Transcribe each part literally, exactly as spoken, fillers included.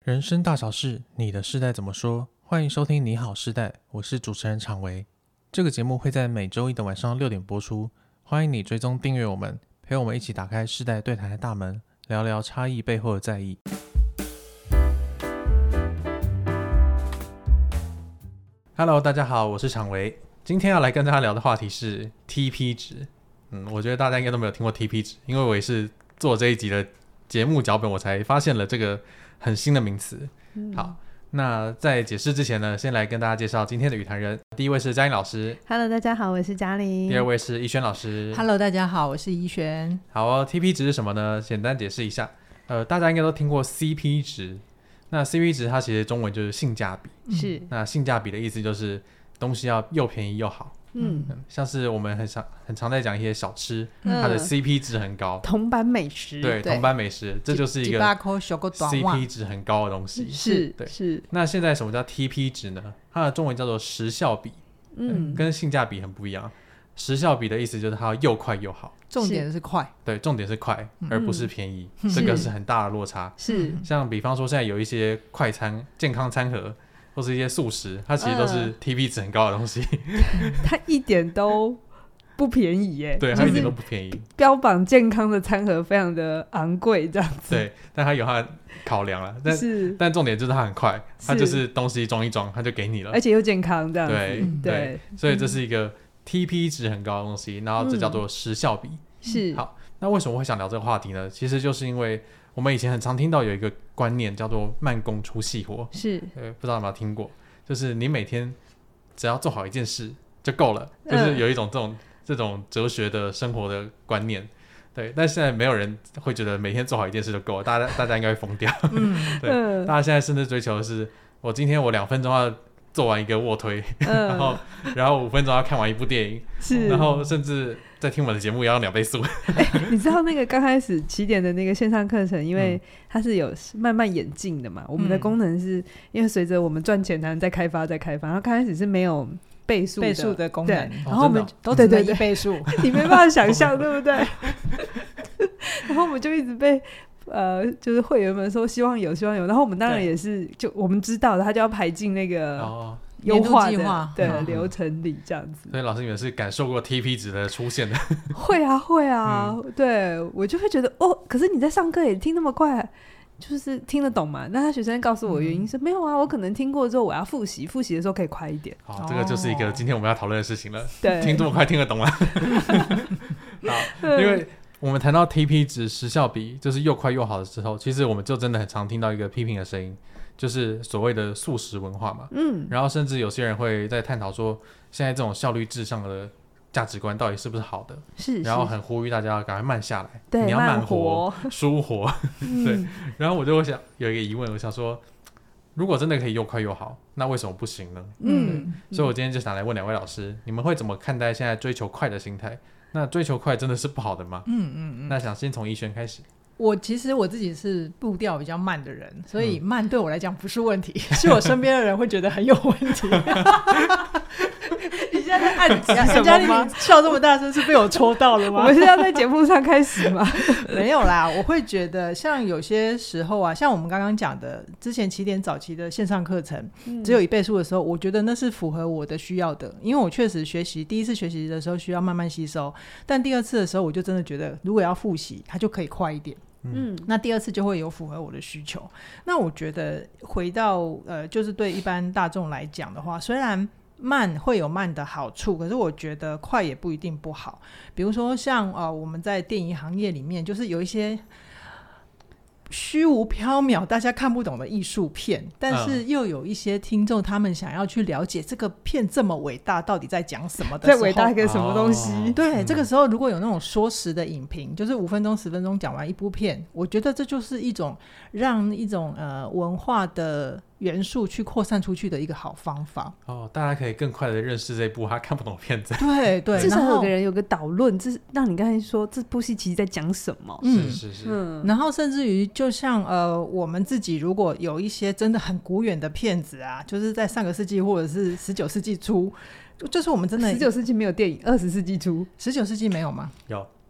人生大小事，你的世代怎么说？欢迎收听你好世代，我是主持人常维。这个节目会在每周一的晚上六点播出，欢迎你追踪订阅我们，陪我们一起打开世代对谈的大门，聊聊差异背后的在意。Hello， 大家好，我是常维。今天要来跟大家聊的话题是 T P 值。嗯，我觉得大家应该都没有听过 T P 值，因为我也是做这一集的节目脚本，我才发现了这个很新的名词。嗯、好，那在解释之前呢，先来跟大家介绍今天的语谈人。第一位是嘉玲老师 ，Hello， 大家好，我是嘉玲。 第二位是依萱老师 ，Hello， 大家好，我是依萱。 好哦 ，T P 值是什么呢？简单解释一下。呃，大家应该都听过 C P 值。那 C P 值它其实中文就是性价比。 是。 那性价比的意思就是东西要又便宜又好。嗯，像是我们很常很常在讲一些小吃，嗯、它的 C P 值很高， 铜板美食， 对，铜板美食，这就是一个 C P 值很高的东西， 是， 对， 是。 那现在什么叫 T P 值呢？它的中文叫做时效比，嗯，跟性价比很不一样。时效比的意思就是它要又快又好， 重点是快， 对，重点是快，而不是便宜，嗯、这个是很大的落差。 是， 像比方说现在有一些快餐、健康餐盒。或是一些素食，它其实都是 T P 值很高的东西、 嗯、它一点都不便宜耶， 对，它一点都不便宜， 标榜健康的餐盒非常的昂贵这样子， 对，但它有它的考量啦，但是但重点就是它很快，它就是东西装一装它就给你了， 而且又健康这样子， 对 对, 对，所以这是一个 T P 值很高的东西，然后这叫做时效比、嗯、 是。 好，那为什么会想聊这个话题呢？其实就是因为我们以前很常听到有一个观念叫做慢工出细活， 是， 呃，不知道有没有听过，就是你每天只要做好一件事就够了，就是有一种这种、嗯、这种哲学的生活的观念，对。但现在没有人会觉得每天做好一件事就够了，大家大家应该会疯掉，嗯，对，嗯、大家现在甚至追求的是，我今天我两分钟要做完一个卧推，嗯、然后然后五分钟要看完一部电影，是，然后甚至在听我的节目也要两倍速、 欸。你知道那个刚开始起点的那个线上课程，因为它是有慢慢演进的嘛，嗯、我们的功能是因为随着我们赚钱才在开发在开发，然后刚开始是没有倍数的倍数的功能， 然后我们、 哦、 都只能一倍数， 你没办法想象，对不对？然后我们就一直被。呃，就是会员们说希望有希望有，然后我们当然也是就我们知道的，他就要排进那个优化的、哦、对、嗯、流程里这样子。 所以老师你们是感受过 T P 值的出现的？ 会啊会啊、嗯、对，我就会觉得哦，可是你在上课也听那么快，就是听得懂嘛？那他学生告诉我原因是、嗯、没有啊，我可能听过之后我要复习，复习的时候可以快一点。 好，这个就是一个今天我们要讨论的事情了。 对， 听这么快听得懂了。好，因为我们谈到 T P 值时效比就是又快又好的时候，其实我们就真的很常听到一个批评的声音，就是所谓的速食文化嘛。嗯，然后甚至有些人会在探讨说，现在这种效率至上的价值观到底是不是好的？ 是， 然后很呼吁大家赶快慢下来， 对， 你要慢活、 舒活。对，然后我就会想有一个疑问，我想说，如果真的可以又快又好，那为什么不行呢？嗯，所以我今天就想来问两位老师，你们会怎么看待现在追求快的心态？那追求快真的是不好的吗？嗯嗯嗯。那想先从依萱开始。 我其实我自己是步调比较慢的人，所以慢对我来讲不是问题、嗯、是我身边的人会觉得很有问题。你现在在暗指什么吗？你笑这么大声是被我戳到了吗？ 我们是要在节目上开始吗？ 没有啦，我会觉得像有些时候啊，像我们刚刚讲的之前起点早期的线上课程、嗯、只有一倍数的时候，我觉得那是符合我的需要的，因为我确实学习第一次学习的时候需要慢慢吸收，但第二次的时候我就真的觉得如果要复习它就可以快一点，嗯，那第二次就会有符合我的需求。那我觉得回到呃，就是对一般大众来讲的话，虽然慢会有慢的好处，可是我觉得快也不一定不好。比如说像呃我们在电影行业里面，就是有一些虚无缥缈大家看不懂的艺术片，但是又有一些听众他们想要去了解这个片这么伟大到底在讲什么的时候， 在伟大一个什么东西、哦、 对、嗯、这个时候如果有那种说时的影评，就是五分钟十分钟讲完一部片，我觉得这就是一种让一种呃文化的元素去扩散出去的一个好方法哦，大家可以更快的认识这部他看不懂的片子。 对对， 至少有个人有个导论，这让你刚才说这部戏其实在讲什么。 嗯，是是是、 嗯、然后甚至于就像呃我们自己如果有一些真的很古远的片子啊，就是在上个世纪或者是十九世纪初，就是我们真的十九世纪没有电影，二十世纪初。 十九世纪没有吗？ 有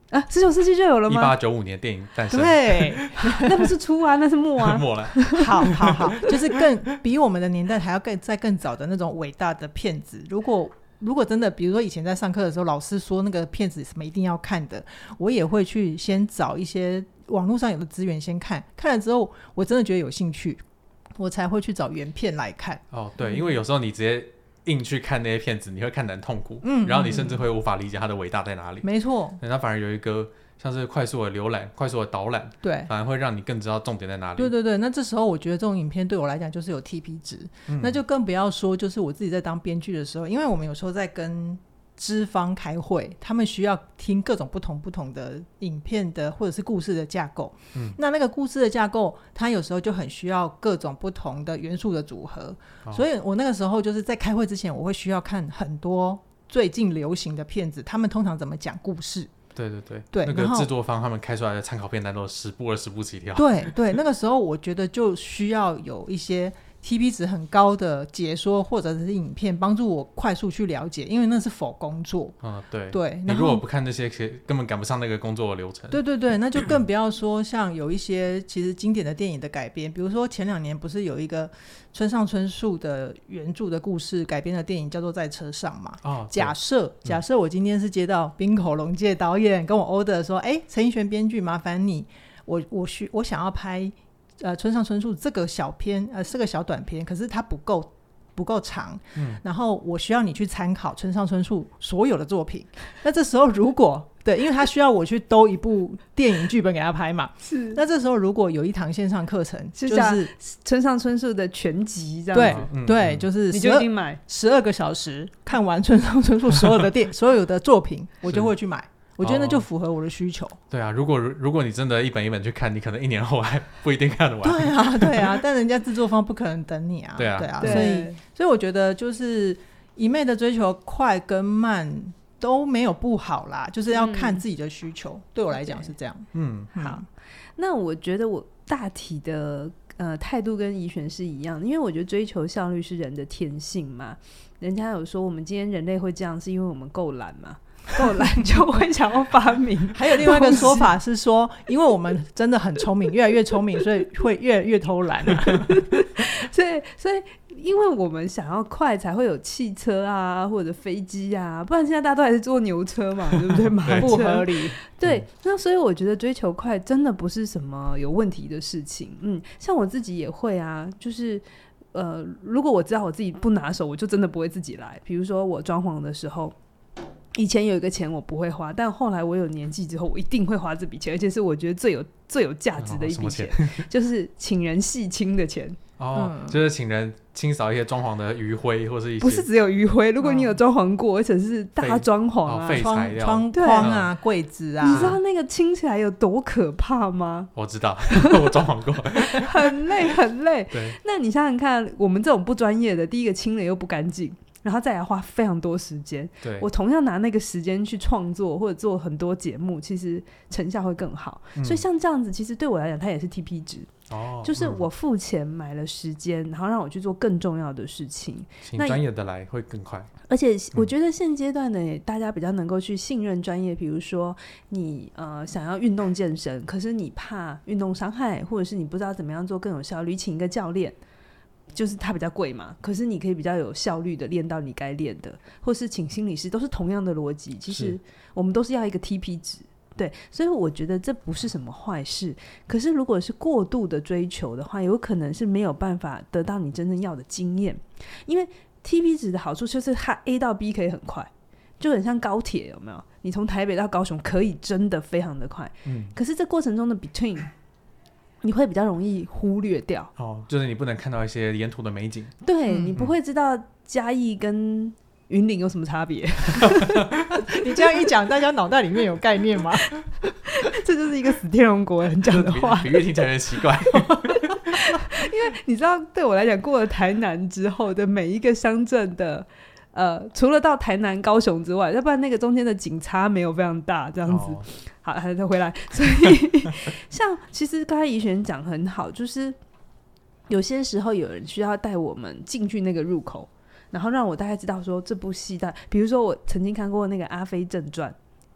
啊，十九世纪就有了吗？ 一八九五年电影诞生。 对， 那不是初啊，那是末啊。 末了。 好好好，就是更比我们的年代还要更在更早的那种伟大的片子。如果如果真的比如说以前在上课的时候老师说那个片子什么一定要看的，我也会去先找一些网络上有的资源先看，看了之后我真的觉得有兴趣，我才会去找原片来看。 哦，对，因为有时候你直接硬去看那些片子，你会看得很痛苦， 嗯， 然后你甚至会无法理解它的伟大在哪里。 没错， 它反而有一个像是快速的浏览、快速的导览， 对， 反而会让你更知道重点在哪里。 对对对，那这时候我觉得这种影片对我来讲就是有 T P 值、嗯、那就更不要说就是我自己在当编剧的时候，因为我们有时候在跟资方开会，他们需要听各种不同不同的影片的或者是故事的架构、嗯、那那个故事的架构它有时候就很需要各种不同的元素的组合、哦、所以我那个时候就是在开会之前我会需要看很多最近流行的片子，他们通常怎么讲故事。 对对对对， 那个制作方他们开出来的参考片单都十部二十部起跳。 对对，那个时候我觉得就需要有一些 T P 值很高的解说或者是影片帮助我快速去了解，因为那是否工作。 嗯，对对， 你如果不看这些根本赶不上那个工作的流程。 对对对，那就更不要说像有一些其实经典的电影的改编，比如说前两年不是有一个村上春树的原著的故事改编的电影叫做在车上嘛、哦、假设假设我今天是接到滨口龙介导演跟我 order 说，哎，陈奕迅编剧麻烦你，我我需我想要拍呃，村上春树这个小片呃是个小短片，可是它不够不够长、嗯、然后我需要你去参考村上春树所有的作品。那这时候如果对，因为他需要我去兜一部电影剧本给他拍嘛，是。那这时候如果有一堂线上课程，就是村上春树的全集这样子， 对、嗯、对，就是你就一定买十二个小时看完村上春树所有的电所有的作品，我就会去买。我觉得那就符合我的需求、哦、 对啊，如果如果你真的一本一本去看，你可能一年后还不一定看得完。 对啊对啊，但人家制作方不可能等你啊。 对啊对啊，所以所以我觉得就是一昧的追求快跟慢都没有不好啦，就是要看自己的需求、嗯、对我来讲是这样。 嗯， 好，那我觉得我大体的呃态度跟怡璇是一样的，因为我觉得追求效率是人的天性嘛。人家有说我们今天人类会这样是因为我们够懒嘛，够懒就会想要发明。 还有另外一个说法是说，因为我们真的很聪明，越来越聪明，所以会越来越偷懒啊。 所以所以因为我们想要快才会有汽车啊或者飞机啊，不然现在大家都还是坐牛车嘛，对不对？马车不合理。 对、嗯、那所以我觉得追求快真的不是什么有问题的事情。嗯，像我自己也会啊，就是呃，如果我知道我自己不拿手，我就真的不会自己来。比如说我装潢的时候，以前有一个钱我不会花，但后来我有年纪之后我一定会花这笔钱，而且是我觉得最有最有价值的一笔钱、哦、钱就是请人细清的钱。 哦、嗯，就是请人清扫一些装潢的余灰，或是一些不是只有余灰，如果你有装潢过、嗯、而且是大装潢啊、 废材料、 窗框啊、柜子啊， 你知道那个清起来有多可怕吗？ 我知道我装潢过很累很累。 对， 那你想想看，我们这种不专业的，第一个清了又不干净，然后再来花非常多时间。 对， 我同样拿那个时间去创作或者做很多节目，其实成效会更好、嗯、所以像这样子其实对我来讲它也是 T P 值。哦，就是我付钱买了时间、嗯、然后让我去做更重要的事情， 请专业的来会更快。 而且我觉得现阶段呢、嗯、大家比较能够去信任专业，比如说你呃想要运动健身，可是你怕运动伤害，或者是你不知道怎么样做更有效率，请一个教练，就是它比较贵嘛，可是你可以比较有效率的练到你该练的，或是请心理师，都是同样的逻辑，其实我们都是要一个 T P 值。对，所以我觉得这不是什么坏事，可是如果是过度的追求的话，有可能是没有办法得到你真正要的经验。因为 T P 值的好处就是它 A 到 B 可以很快，就很像高铁，有没有？你从台北到高雄可以真的非常的快、嗯、可是这过程中的 between 你会比较容易忽略掉。 哦，就是你不能看到一些沿途的美景。 对、嗯、你不会知道嘉义跟云林有什么差别。 你这样一讲，大家脑袋里面有概念吗？ 这就是一个死天龙国人讲的话， 比喻听起来有点奇怪。 因为你知道对我来讲，过了台南之后的每一个乡镇的呃，除了到台南高雄之外，要不然那个中间的景差没有非常大这样子、哦、好还再回来。所以像其实刚才怡璇讲很好，就是有些时候有人需要带我们进去那个入口，然后让我大概知道说这部戏的，比如说我曾经看过那个《阿飞正传》，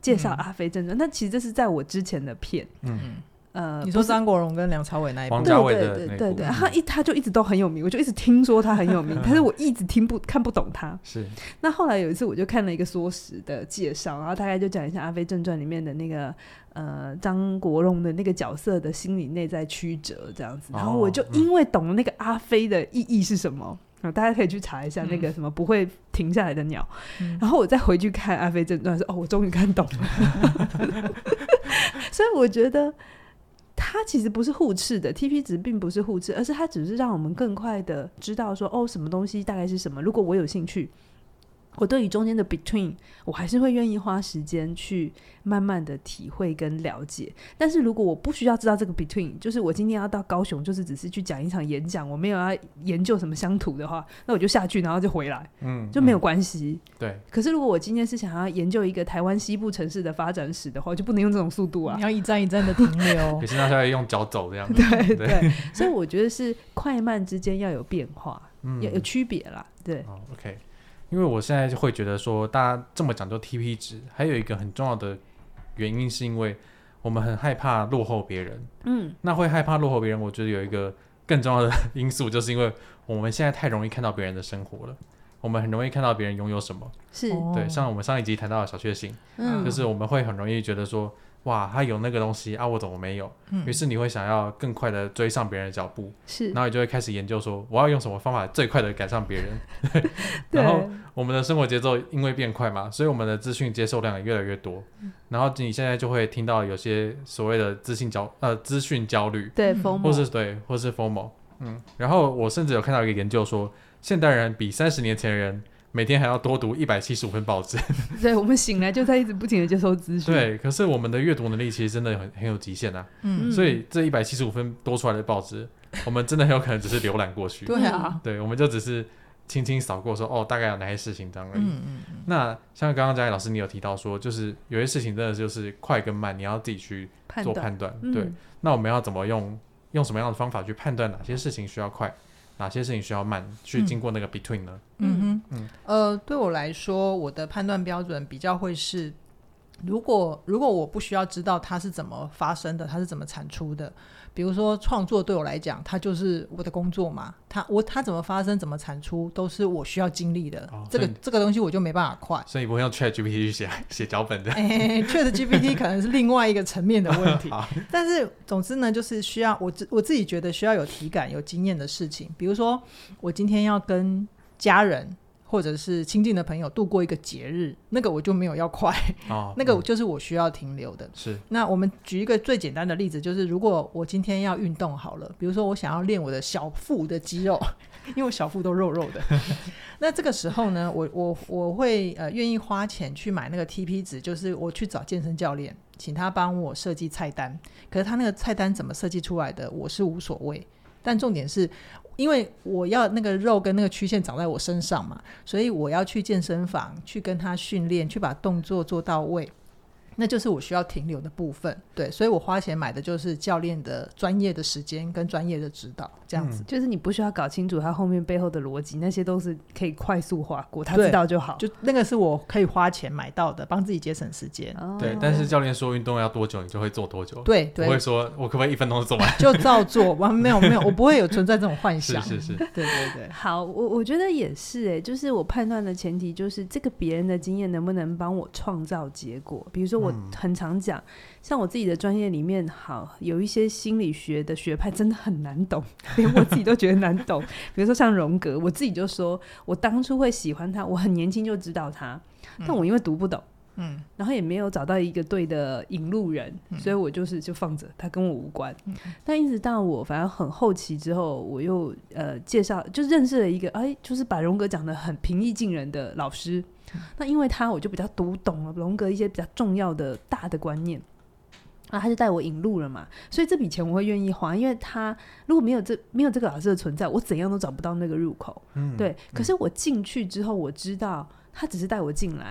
介绍阿飞正传，但、嗯、其实这是在我之前的片，嗯。 呃，你说张国荣跟梁朝伟那一部， 王家卫的对对对对，他一他就一直都很有名，我就一直听说他很有名，但是我一直听不看不懂他。 是。 那后来有一次我就看了一个缩时的介绍，然后大概就讲一下《阿飞正传》里面的那个呃张国荣的那个角色的心理内在曲折这样子，然后我就因为懂了那个阿飞的意义是什么。哦、大家可以去查一下那个什么不会停下来的鸟、嗯、然后我再回去看《阿飞正传》说哦我终于看懂了所以我觉得它其实不是互斥的 T P 值并不是互斥，而是它只是让我们更快的知道说哦什么东西大概是什么，如果我有兴趣，我对于中间的 between 我还是会愿意花时间去慢慢的体会跟了解。但是如果我不需要知道这个 between， 就是我今天要到高雄就是只是去讲一场演讲，我没有要研究什么乡土的话，那我就下去然后就回来，嗯，就没有关系、嗯、对。可是如果我今天是想要研究一个台湾西部城市的发展史的话，就不能用这种速度啊， 你要一站一站的停留可是那是要用脚走这样子对 对, 对所以我觉得是快慢之间要有变化、嗯、有, 有区别啦，对、 哦、OK。因为我现在就会觉得说大家这么讲究 T P 值，还有一个很重要的原因是因为我们很害怕落后别人。嗯，那会害怕落后别人，我觉得有一个更重要的因素，就是因为我们现在太容易看到别人的生活了，我们很容易看到别人拥有什么， 是对，像我们上一集谈到的小确幸、嗯、就是我们会很容易觉得说哇他有那个东西啊我怎么没有、嗯、于是你会想要更快的追上别人的脚步，是，然后你就会开始研究说我要用什么方法最快的赶上别人然后我们的生活节奏因为变快嘛，所以我们的资讯接受量也越来越多、嗯、然后你现在就会听到有些所谓的资讯焦呃资讯焦虑， 对 FOMO 或是对或是 FOMO， 嗯，然后我甚至有看到一个研究说现代人比三十年前的人每天还要多读一百七十五份报纸对，我们醒来就在一直不停的接收资讯， 对，可是我们的阅读能力其实真的 很, 很有极限啊，嗯，所以这一百七十五份多出来的报纸我们真的很有可能只是浏览过去对啊， 对，我们就只是轻轻扫过说哦大概有哪些事情这样而已、嗯嗯嗯、那像刚刚嘉义老师你有提到说就是有些事情真的就是快跟慢你要自己去做判断、嗯、对，那我们要怎么用用什么样的方法去判断哪些事情需要快哪些事情需要慢去经过那个 between 呢？ 嗯哼，嗯呃，对我来说我的判断标准比较会是如果如果我不需要知道它是怎么发生的它是怎么产出的，比如说创作对我来讲它就是我的工作嘛，它我它怎么发生怎么产出都是我需要经历的、哦、这个这个东西我就没办法快， 所以你不会用 ChatGPT 去写写脚本的、 欸、ChatGPT 可能是另外一个层面的问题但是总之呢就是需要我我自己觉得需要有体感有经验的事情，比如说我今天要跟家人或者是亲近的朋友度过一个节日，那个我就没有要快、哦、那个就是我需要停留的、嗯、是。那我们举一个最简单的例子，就是如果我今天要运动好了，比如说我想要练我的小腹的肌肉因为我小腹都肉肉的那这个时候呢我我我会呃愿意花钱去买那个 T P 值，就是我去找健身教练请他帮我设计菜单，可是他那个菜单怎么设计出来的我是无所谓，但重点是因为我要那个肉跟那个曲线长在我身上嘛，所以我要去健身房去跟他训练，去把动作做到位，那就是我需要停留的部分。对，所以我花钱买的就是教练的专业的时间跟专业的指导，这样子、嗯、 就是你不需要搞清楚他后面背后的逻辑，那些都是可以快速划过，他知道就好， 就那个是我可以花钱买到的，帮自己节省时间、 哦、 对，但是教练说运动要多久你就会做多久， 对对， 不会说我可不可以一分钟就做完就照做没有没有，我不会有存在这种幻想是是是， 对对对。 好，我我觉得也是耶，就是我判断的前提就是这个别人的经验能不能帮我创造结果，比如说我很常讲、嗯、像我自己的专业里面，好有一些心理学的学派真的很难懂，连我自己都觉得难懂比如说像荣格，我自己就说我当初会喜欢他，我很年轻就知道他、嗯、但我因为读不懂嗯，然后也没有找到一个对的引路人、嗯、所以我就是就放着他跟我无关、嗯、但一直到我反正很后期之后，我又呃介绍就认识了一个哎，就是把荣格讲得很平易近人的老师、嗯、那因为他我就比较读懂了荣格一些比较重要的大的观念啊，他就带我引路了嘛，所以这笔钱我会愿意花，因为他如果没有这没有这个老师的存在，我怎样都找不到那个入口、嗯、对、嗯、可是我进去之后我知道他只是带我进来，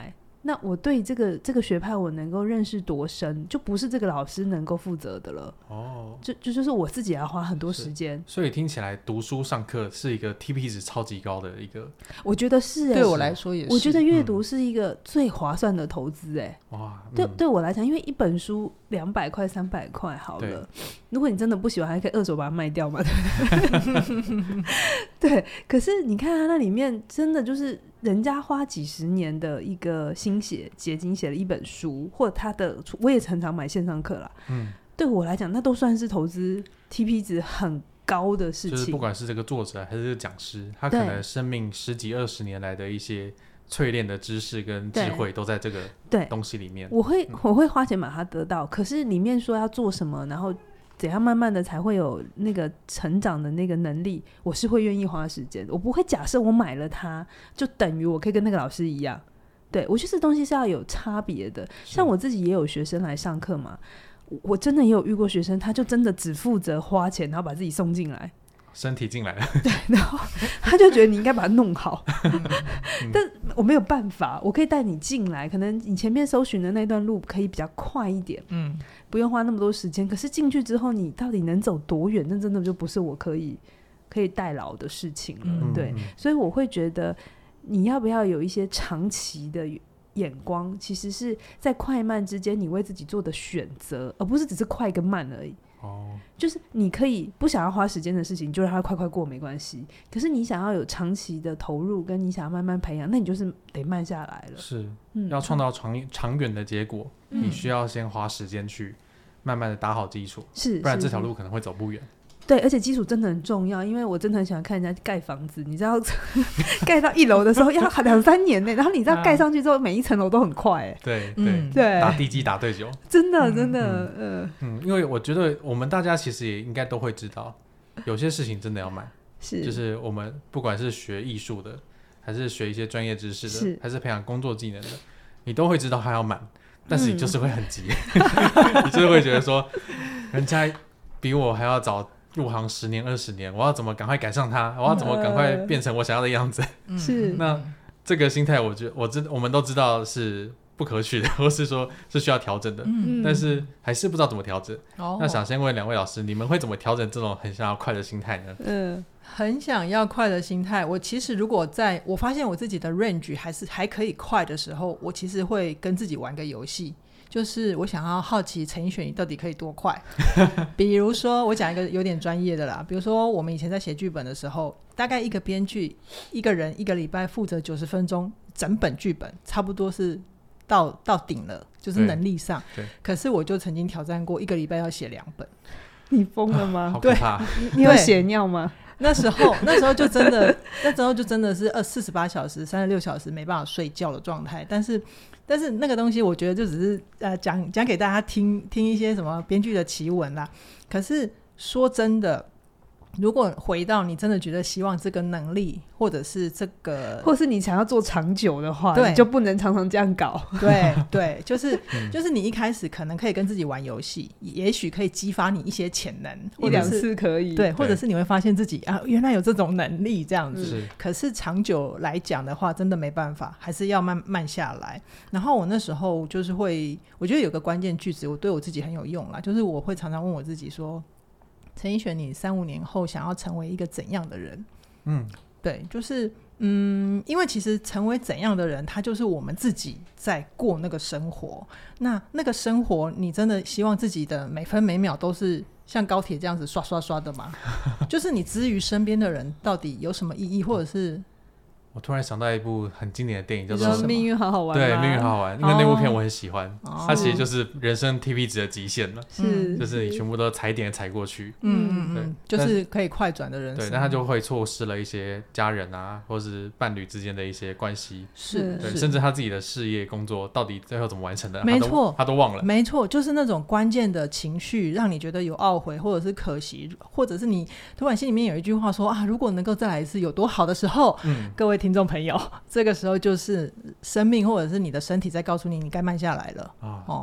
那我对这个这个学派我能够认识多深，就不是这个老师能够负责的了。哦，就就就是我自己要花很多时间。 所以听起来读书上课是一个 T P 值超级高的一个， 我觉得是、欸， 对我来说也是。 我觉得阅读是一个最划算的投资、欸，哎、嗯，哇，对对我来讲，因为一本书两百块、三百块好了，如果你真的不喜欢，还可以二手把它卖掉嘛，对不对？对，可是你看它那里面真的就是人家花几十年的一个心血结晶写了一本书，或者他的，我也常常买线上课啦，嗯，对我来讲那都算是投资 T P 值很高的事情， 就是不管是这个作者还是这个讲师，他可能生命十几二十年来的一些淬炼的知识跟智慧都在这个东西里面。 我会我会花钱把它得到，可是里面说要做什么，然后怎样慢慢的才会有那个成长的那个能力，我是会愿意花时间，我不会假设我买了它就等于我可以跟那个老师一样。对，我觉得这东西是要有差别的。像我自己也有学生来上课嘛，我真的也有遇过学生，他就真的只负责花钱，然后把自己送进来， 身体进来了， 对，然后他就觉得你应该把它弄好，但我没有办法，我可以带你进来，可能你前面搜寻的那段路可以比较快一点，嗯，不用花那么多时间。可是进去之后，你到底能走多远？那真的就不是我可以可以代劳的事情了，嗯、对，所以我会觉得你要不要有一些长期的眼光，其实是在快慢之间你为自己做的选择，而不是只是快跟慢而已。哦，就是你可以不想要花时间的事情就让它快快过没关系，可是你想要有长期的投入跟你想要慢慢培养，那你就是得慢下来了。 是、嗯、要创造 长, 长远的结果、嗯、你需要先花时间去慢慢的打好基础，是，不然这条路可能会走不远。 对，而且基础真的很重要，因为我真的很喜欢看人家盖房子，你知道盖到一楼的时候要两三年呢，然后你知道盖上去之后每一层楼都很快哎， 对对、嗯、对，打地基打对久， 真的真的，嗯 嗯, 嗯，因为我觉得我们大家其实也应该都会知道，有些事情真的要慢，是，就是我们不管是学艺术的，还是学一些专业知识的，是，还是培养工作技能的，你都会知道它要慢，但是你就是会很急，嗯、你就是会觉得说，人家比我还要早入行十年二十年，我要怎么赶快赶上他，我要怎么赶快变成我想要的样子、呃、是，那这个心态我觉得 我, 知我们都知道是不可取的，或是说是需要调整的、嗯、但是还是不知道怎么调整、哦、那想先问两位老师，你们会怎么调整这种很想要快的心态呢？ 嗯，很想要快的心态，我其实如果在我发现我自己的 range 还是还可以快的时候，我其实会跟自己玩个游戏，就是我想要好奇陈奕迅你到底可以多快比如说我讲一个有点专业的啦，比如说我们以前在写剧本的时候，大概一个编剧一个人一个礼拜负责九十分钟，整本剧本差不多是到到顶了，就是能力上，对对，可是我就曾经挑战过一个礼拜要写两本。 你疯了吗？ 好可怕。 对，你有血尿吗？ 那时候那时候就真的那时候就真的是二四十八小时三十六小时没办法睡觉的状态，但是但是那个东西我觉得就只是呃讲讲给大家听听一些什么编剧的奇闻啦。可是说真的，如果回到你真的觉得希望这个能力或者是这个或是你想要做长久的话，你就不能常常这样搞。 对对，就是就是你一开始可能可以跟自己玩游戏，也许可以激发你一些潜能， 一两次可以， 对，或者是你会发现自己啊原来有这种能力这样子、嗯、可是长久来讲的话真的没办法，还是要慢慢下来。然后我那时候就是会我觉得有个关键句子我对我自己很有用啦，就是我会常常问我自己说，陈奕迅你三五年后想要成为一个怎样的人？嗯，对，就是嗯，因为其实成为怎样的人他就是我们自己在过那个生活，那那个生活你真的希望自己的每分每秒都是像高铁这样子刷刷刷的吗？就是你之于身边的人到底有什么意义，或者是我突然想到一部很经典的电影叫做命运好好玩。 对，命运好好玩，因为那部片我很喜欢、哦、它其实就是人生 T P 值的极限了，是，就是你全部都踩点踩过去， 嗯嗯，就是可以快转的人生。 对，但他就会错失了一些家人啊或是伴侣之间的一些关系， 是， 对，甚至他自己的事业工作到底最后怎么完成的， 没错， 他都忘了。 没错，就是那种关键的情绪让你觉得有懊悔或者是可惜，或者是你突然心里面有一句话说啊，如果能够再来一次有多好的时候、嗯、各位听众朋友，这个时候就是生命或者是你的身体在告诉你你该慢下来了、哦哦、 对，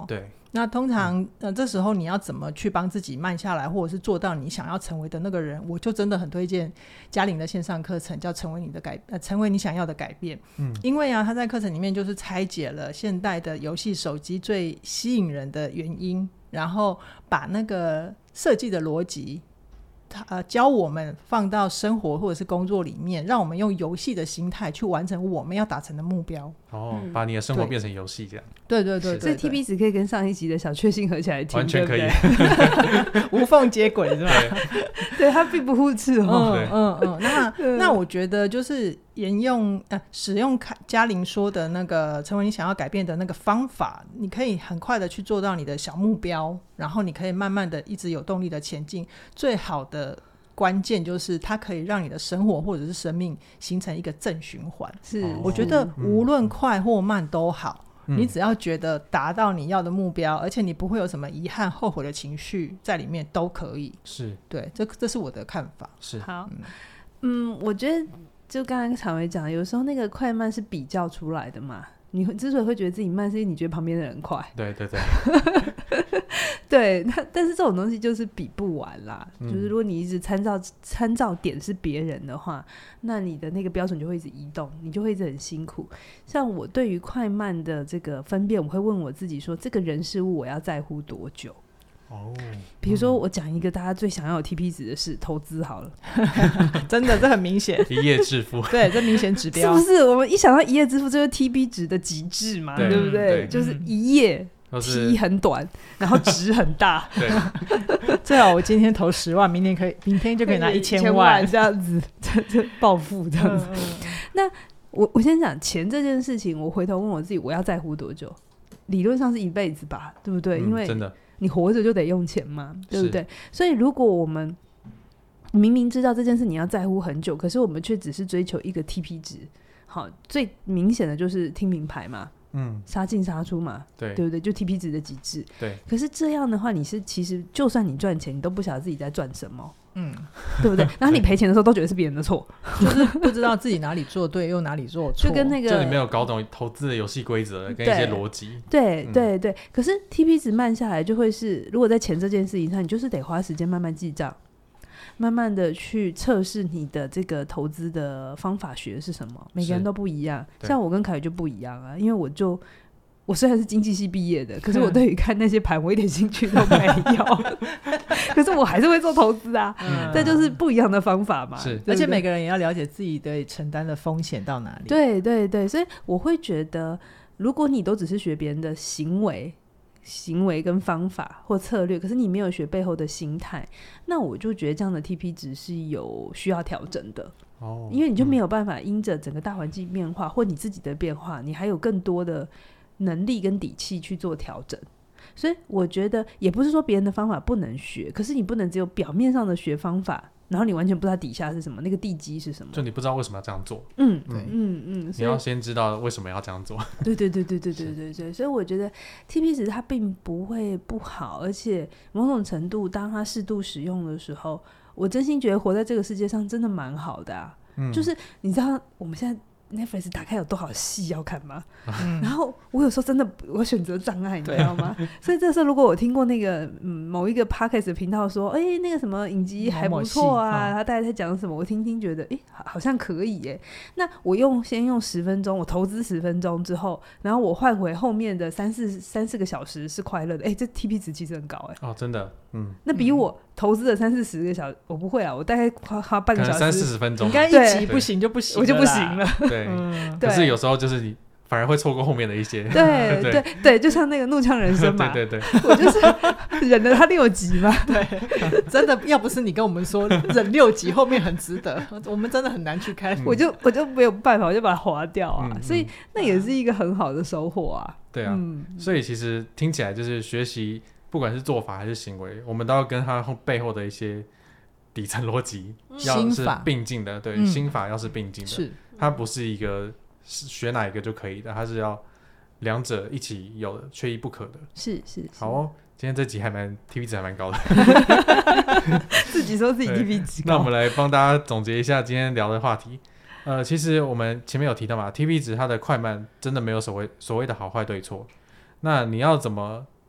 那通常呃这时候你要怎么去帮自己慢下来，或者是做到你想要成为的那个人，我就真的很推荐嘉玲的线上课程，叫成为你的改呃成为你想要的改变。嗯，因为啊他在课程里面就是拆解了现代的游戏手机最吸引人的原因，然后把那个设计的逻辑呃，教我们放到生活或者是工作里面，让我们用游戏的心态去完成我们要达成的目标。 哦、嗯，把你的生活变成游戏这样。 对对 对, 对, 对, 对， 所以 T P 值可以跟上一集的小确幸合起来听， 完全可以， 无缝接轨是吧？ 对, 对，它并不互斥哦。 嗯嗯嗯，那那我觉得就是沿用呃使用嘉玲说的那个成为你想要改变的那个方法，你可以很快的去做到你的小目标，然后你可以慢慢的一直有动力的前进。最好的关键就是它可以让你的生活或者是生命形成一个正循环。 是， 我觉得无论快或慢都好、嗯、你只要觉得达到你要的目标，而且你不会有什么遗憾后悔的情绪在里面都可以。 是， 对，这这是我的看法。 是， 好，嗯, 嗯我觉得就刚刚常伟讲，有时候那个快慢是比较出来的嘛，你之所以会觉得自己慢是因为你觉得旁边的人快。 对对对对，但是这种东西就是比不完啦、嗯、就是如果你一直参照参照点是别人的话，那你的那个标准就会一直移动，你就会一直很辛苦。像我对于快慢的这个分辨，我会问我自己说，这个人事物我要在乎多久。哦，比如说我讲一个大家最想要有 T P 值的是投资好了真的这很明显一夜致富对，这明显指标是不是？我们一想到一夜致富，这就是 T P 值的极致嘛， 对, 对不 对, 对？就是一夜 T 很短，然后值很大对， 最好我今天投十万，明天可以，明天就可以拿一千万这样子，就暴富这样子。嗯嗯、那我我先讲钱这件事情，我回头问我自己，我要在乎多久？理论上是一辈子吧，对不对？嗯、因为真的。你活着就得用钱嘛，对不对？所以如果我们明明知道这件事你要在乎很久，可是我们却只是追求一个 T P 值，好，最明显的就是听名牌嘛，嗯，杀进杀出嘛，对对不对？就 T P 值的极致。对。可是这样的话，你是其实就算你赚钱，你都不晓得自己在赚什么，嗯，对不对？然后你赔钱的时候都觉得是别人的错， 就是不知道自己哪里做对又哪里做错， 就跟那个就你没有搞懂投资的游戏规则跟一些逻辑。 对对 对, 对。可是 T P 值慢下来，就会是如果在钱这件事情上，你就是得花时间慢慢记账，慢慢的去测试你的这个投资的方法学是什么，每个人都不一样。像我跟凯宇就不一样啊，因为我就我虽然是经济系毕业的，可是我对于看那些盘我一点兴趣都没有可是我还是会做投资啊、嗯、这就是不一样的方法嘛。是， 而且每个人也要了解自己的承担的风险到哪里。 对对对，所以我会觉得如果你都只是学别人的行为行为跟方法或策略，可是你没有学背后的心态，那我就觉得这样的 T P 值是有需要调整的。哦，因为你就没有办法因着整个大环境变化、嗯、或你自己的变化，你还有更多的能力跟底气去做调整。所以我觉得也不是说别人的方法不能学，可是你不能只有表面上的学方法，然后你完全不知道底下是什么，那个地基是什么， 就你不知道为什么要这样做。 嗯对嗯嗯， 你要先知道为什么要这样做。 对对对对对对对对，所以我觉得 T P 值它并不会不好，而且某种程度当它适度使用的时候，我真心觉得活在这个世界上真的蛮好的啊、嗯、就是你知道我们现在Netflix 打开有多少戏要看吗、嗯、然后我有时候真的我选择障碍你知道吗所以这时候如果我听过那个、嗯、某一个 Podcast 的频道说哎、欸，那个什么影集还不错啊，他大概在讲什么，我听听觉得哎、欸，好像可以耶，那我用先用十分钟，我投资十分钟之后，然后我换回后面的三四三四个小时是快乐的，哎、欸，这 T P 值其实很高哎。 哦，真的，嗯， 那比我投资了三四十个小时，我不会啊，我大概花花半个小时， 三四十分钟， 你刚一集不行就不行了， 我就不行了， 对。嗯、可是有时候就是你反而会错过后面的一些， 对对 对, 对，就像那个怒呛人生嘛， 对对对， 我就是忍了他六集嘛， 对，真的要不是你跟我们说忍六集后面很值得，我们真的很难去看， 我就我就没有办法，我就把它划掉啊、嗯，所以那也是一个很好的收获啊。 对啊、嗯，所以其实听起来就是学习，不管是做法还是行为，我们都要跟它背后的一些底层逻辑要是并进的，对、嗯，心法要是并进的，是它不是一个学哪一个就可以的，它是要两者一起有的，缺一不可的。 是 是, 是好哦，今天这集还蛮 T P 值还蛮高的自己说自己 T P 值高。 那我们来帮大家总结一下今天聊的话题。呃，其实我们前面有提到嘛， T P 值它的快慢真的没有所谓所谓的好坏对错。那你要怎么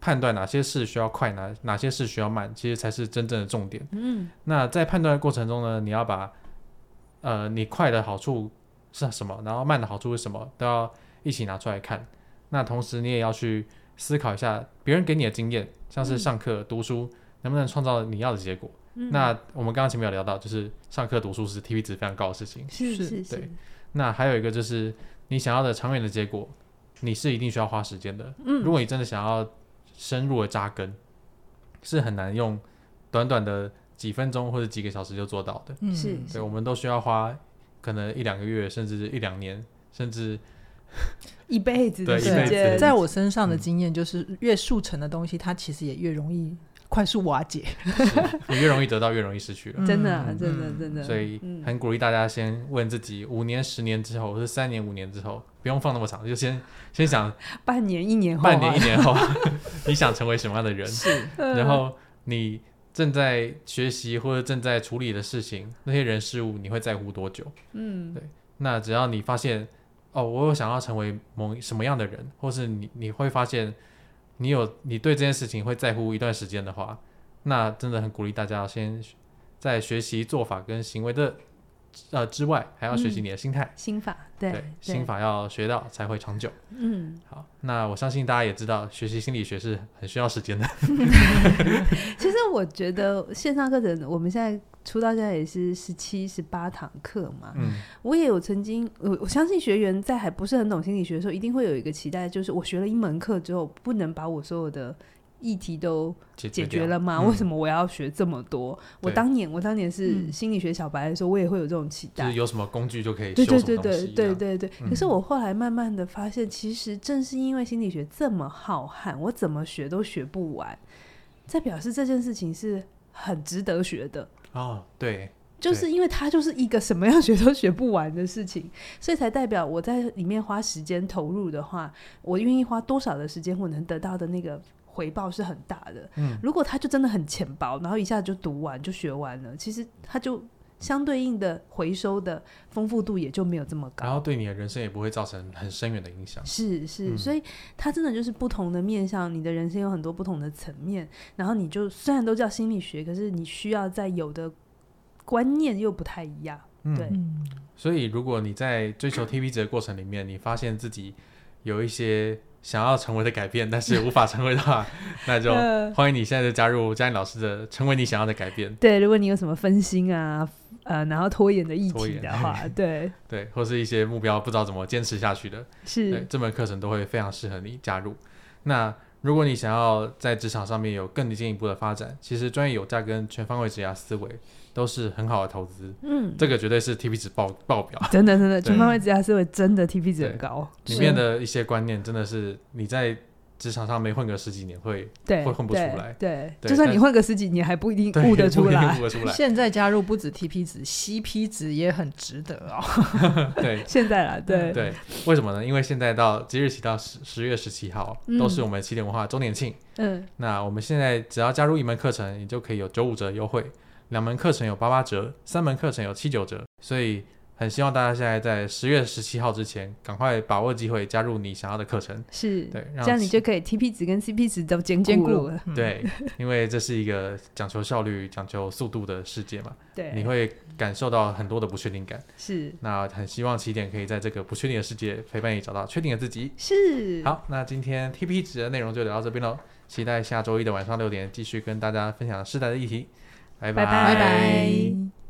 判断哪些事需要快，哪哪些事需要慢，其实才是真正的重点。 嗯， 那在判断的过程中呢，你要把呃你快的好处是什么，然后慢的好处是什么，都要一起拿出来看。那同时你也要去思考一下别人给你的经验，像是上课、嗯、读书能不能创造你要的结果。嗯、那我们刚刚前面有聊到，就是上课读书是 T P 值非常高的事情， 是是是，对。那还有一个就是你想要的长远的结果，你是一定需要花时间的。嗯，如果你真的想要深入的扎根，是很难用短短的几分钟或者几个小时就做到的。 嗯，是， 对，我们都需要花可能一两个月，甚至一两年，甚至一辈子的时间。 间。 在我身上的经验就是，越速成的东西，它其实也越容易快速瓦解。 你越容易得到，越容易失去了。 真的、啊，真的，真的。 所以很鼓励大家先问自己，五年、十年之后，或是三年、五年之后，不用放那么长，就先先想半年、一年后， 半年、一年后，你想成为什么样的人？ 是， 然后你正在学习或者正在处理的事情，那些人事物，你会在乎多久？嗯，对。那只要你发现，哦，我有想要成为某什么样的人，或是你你会发现，你有你对这件事情会在乎一段时间的话，那真的很鼓励大家先在学习做法跟行为的呃之外，还要学习你的心态、嗯、 心法，对， 对，心法要学到才会长久。嗯，好，那我相信大家也知道，学习心理学是很需要时间的。 其实我觉得线上课程，我们现在出到现在也是十七、十八堂课嘛。嗯，我也有曾经，我我相信学员在还不是很懂心理学的时候，一定会有一个期待，就是我学了一门课之后，不能把我所有的议题都解决了吗？为什么我要学这么多？嗯、我当年我当年是心理学小白的时候，我也会有这种期待， 就是有什么工具就可以修什么东西。对对对对对对、嗯。可是我后来慢慢的发现，其实正是因为心理学这么浩瀚，我怎么学都学不完，在表示这件事情是很值得学的。 哦，对。 就是因为它就是一个什么样学都学不完的事情，所以才代表我在里面花时间投入的话，我愿意花多少的时间，我能得到的那个回报是很大的。嗯，如果它就真的很浅薄，然后一下子就读完就学完了，其实它就相对应的回收的丰富度也就没有这么高， 然后对你的人生也不会造成很深远的影响。 是是、嗯、所以它真的就是不同的面向，你的人生有很多不同的层面，然后你就虽然都叫心理学，可是你需要在有的观念又不太一样。对、嗯、 所以如果你在追求 T P 值的过程里面，你发现自己有一些想要成为的改变，但是无法成为的话那就欢迎你现在就加入嘉玲老师的成为你想要的改变。 对，如果你有什么分心啊呃，然后拖延的议题的话，对对，或是一些目标不知道怎么坚持下去的， 是对这门课程都会非常适合你加入。那如果你想要在职场上面有更进一步的发展，其实专业有价跟全方位职涯思维都是很好的投资。嗯，这个绝对是 T P 值 爆, 爆表， 真的真的，全方位职涯思维真的 T P 值很高， 里面的一些观念真的是你在职场上没混个十几年会会混不出来。 对, 对, 对，就算你混个十几年还不一定悟得出来。 现在加入不止 T P 值 C P 值也很值得哦。 对， 现在啦，对对，为什么呢？因为现在到即日起到十月十七号、嗯、都是我们起点文化周年庆。嗯，那我们现在只要加入一门课程，你就可以有九五折优惠，两门课程有八八折，三门课程有七九折，所以很希望大家现在在十月十七号之前赶快把握机会加入你想要的课程。 是，对，这样你就可以 T P 值跟 C P 值都兼顾了。 对，因为这是一个讲求效率讲求速度的世界嘛。对，你会感受到很多的不确定感。是，那很希望起点可以在这个不确定的世界陪伴你找到确定的自己。 是， 好，那今天 T P 值的内容就聊到这边咯，期待下周一的晚上六点继续跟大家分享世代的议题。拜拜拜拜。